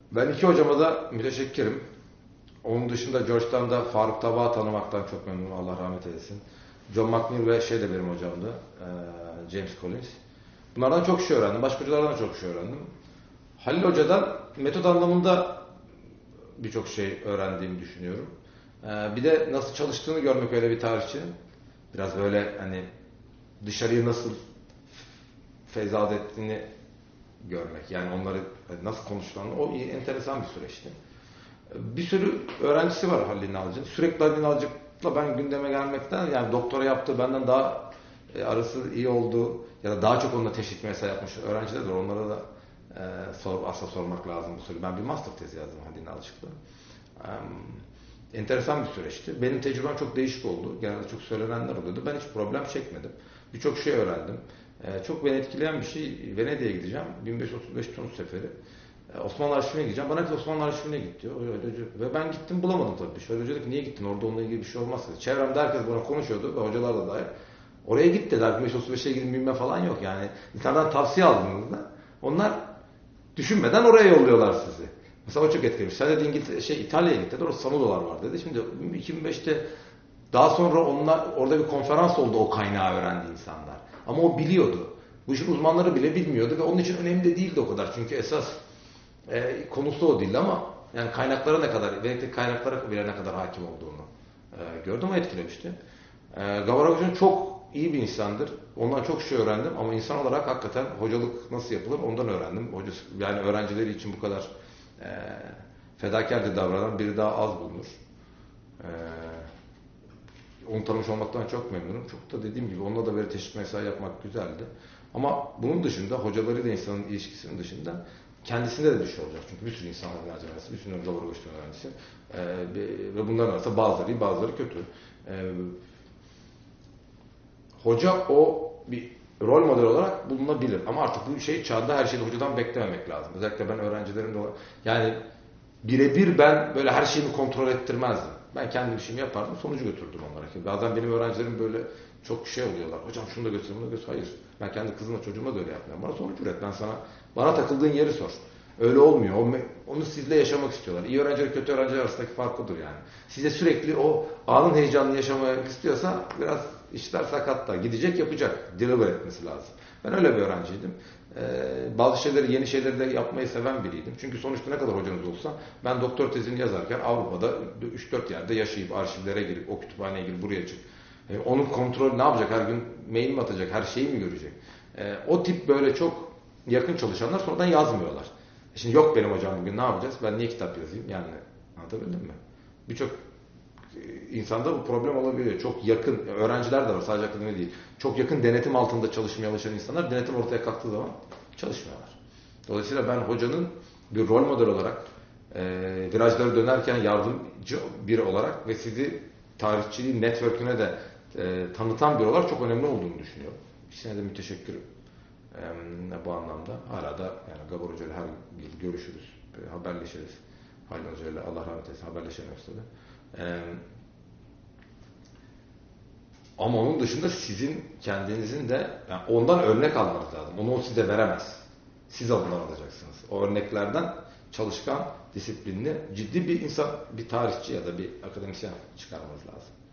Ben iki hocama da müteşekkirim. Onun dışında Georgetown'da Faruk Tabak'ı tanımaktan çok memnunum. Allah rahmet eylesin. John McNeil ve şey de benim hocamdı. James Collins. Bunlardan çok şey öğrendim. Başka hocalardan da çok şey öğrendim. Halil Hoca'dan metot anlamında birçok şey öğrendiğimi düşünüyorum. Bir de nasıl çalıştığını görmek öyle bir tarihçinin. Biraz böyle hani dışarıyı nasıl feyzat ettiğini görmek. Yani onları nasıl konuştuğunu o enteresan bir süreçti. Bir sürü öğrencisi var Halil İnalcık'ın. Sürekli Halil İnalcık'la ben gündeme gelmekten yani doktora yaptığı benden daha arası iyi olduğu ya da daha çok onunla teşvik mesai yapmış öğrenciler de onlara da aslında sormak lazım bu soruyu. Ben bir master tezi yazdım Halil İnalcık'la. Enteresan bir süreçti. Benim tecrübem çok değişik oldu. Genelde çok söylenenler oluyordu. Ben hiç problem çekmedim. Birçok şey öğrendim. Çok beni etkileyen bir şey, Venedik'e gideceğim. 1535 Tunus seferi. Osmanlı Arşivine gideceğim. Bana ki Osmanlı Arşivine git diyor. Ve ben gittim bulamadım tabii. Şöyle hoca dedi ki niye gittin? Orada onunla ilgili bir şey olmaz dedi. Çevremde herkes bana konuşuyordu ve hocalar da dahil. Oraya git dediler. 1535'e gidin bilmem falan yok. Yani insanlardan tavsiye aldığınızda onlar düşünmeden oraya yolluyorlar sizi. Mesela o çok etkilemiş. Sen dedi İtalya'ya git dedi. Orada Sanudolar var dedi. Şimdi 2005'te daha sonra orada bir konferans oldu o kaynağı öğrendi insanlar. Ama o biliyordu. Bu işin uzmanları bile bilmiyordu ve onun için önemli de değildi o kadar. Çünkü esas konusu o değildi ama yani kaynaklara ne kadar, belki kaynaklara bile ne kadar hakim olduğunu gördüm, o etkilemişti. Gavara Hoca'nın çok iyi bir insandır. Ondan çok şey öğrendim ama insan olarak hakikaten hocalık nasıl yapılır ondan öğrendim. Yani öğrencileri için bu kadar fedakarca davranan biri daha az bulunur. Onu tanımış olmaktan çok memnunum. Çok da dediğim gibi onunla da böyle teşvik mesai yapmak güzeldi. Ama bunun dışında hocalarıyla insanın ilişkisinin dışında kendisinde de bir şey olacak. Çünkü bir sürü insan öğrencisi, bir sürü Gavara Hoca öğrencisi ve bunların arasında bazıları iyi, bazıları kötü. Hoca o bir rol model olarak bulunabilir. Ama artık bu şey çağında her şeyi hocadan beklememek lazım. Özellikle ben öğrencilerimde yani birebir ben böyle her şeyimi kontrol ettirmezdim. Ben kendi işimi yapardım, sonucu götürdüm onlara. Bazen benim öğrencilerim böyle çok şey oluyorlar. Hocam şunu da götür, bunu da götür. Hayır. Ben kendi kızımla çocuğuma da öyle yapmıyorum. Bana sonuç üret. Bana takıldığın yeri sor. Öyle olmuyor. Onu sizle yaşamak istiyorlar. İyi öğrenciler, kötü öğrenciler arasındaki fark odur yani. Size sürekli o anın heyecanını yaşamak istiyorsa biraz işler sakatlar. Gidecek, yapacak. Deliver etmesi lazım. Ben öyle bir öğrenciydim. Bazı şeyleri, yeni şeyleri de yapmayı seven biriydim. Çünkü sonuçta ne kadar hocanız olsa ben doktor tezini yazarken Avrupa'da 3-4 yerde yaşayıp arşivlere girip o kütüphaneye girip buraya çık. Onun kontrolü ne yapacak? Her gün mail mi atacak? Her şeyi mi görecek? O tip böyle çok yakın çalışanlar sonradan yazmıyorlar. Şimdi yok benim hocam bugün ne yapacağız? Ben niye kitap yazayım? Yani anlatabildim mi? Birçok insanda bu problem olabiliyor. Çok yakın, öğrenciler de var sadece akademi değil. Çok yakın denetim altında çalışmaya çalışan insanlar denetim ortaya kalktığı zaman çalışmıyorlar. Dolayısıyla ben hocanın bir rol model olarak virajları dönerken yardımcı biri olarak ve sizi tarihçiliğin network'üne de tanıtan biri olarak çok önemli olduğunu düşünüyorum. İkisine de müteşekkirim. Bu anlamda hala da yani Gabor Hoca ile her yıl görüşürüz, haberleşiriz. Halil Hoca ile Allah rahmet eylesin haberleşemiyoruz tabii. Ama onun dışında sizin kendinizin de yani ondan örnek almanız lazım. Onu o size veremez. Siz ondan alacaksınız. O örneklerden çalışkan, disiplinli, ciddi bir insan, bir tarihçi ya da bir akademisyen çıkarmanız lazım.